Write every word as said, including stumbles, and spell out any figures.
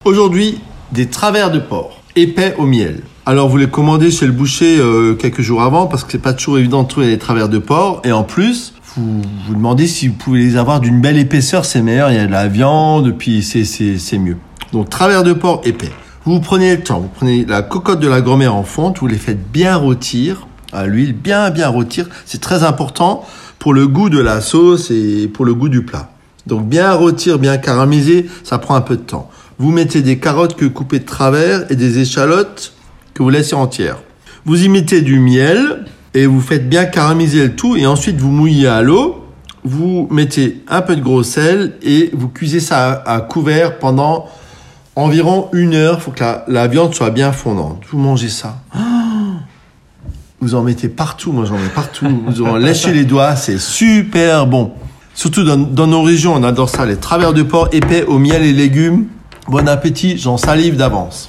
Aujourd'hui, des travers de porc, épais au miel. Alors vous les commandez chez le boucher euh, quelques jours avant parce que c'est pas toujours évident de trouver les travers de porc. Et en plus, vous vous demandez si vous pouvez les avoir d'une belle épaisseur, c'est meilleur, il y a de la viande, puis c'est, c'est, c'est mieux. Donc travers de porc épais. Vous prenez le temps, vous prenez la cocotte de la grand-mère en fonte, vous les faites bien rôtir à l'huile, bien bien rôtir. C'est très important pour le goût de la sauce et pour le goût du plat. Donc bien rôtir, bien caraméliser, ça prend un peu de temps. Vous mettez des carottes que vous coupez de travers et des échalotes que vous laissez entières. Vous y mettez du miel et vous faites bien caraméliser le tout et ensuite vous mouillez à l'eau. Vous mettez un peu de gros sel et vous cuisez ça à, à couvert pendant environ une heure. Il faut que la, la viande soit bien fondante. Vous mangez ça. Oh, vous en mettez partout. Moi, j'en mets partout. Vous en léchez les doigts. C'est super bon. Surtout dans, dans nos régions, on adore ça. Les travers de porc épais au miel et légumes. Bon appétit, j'en salive d'avance.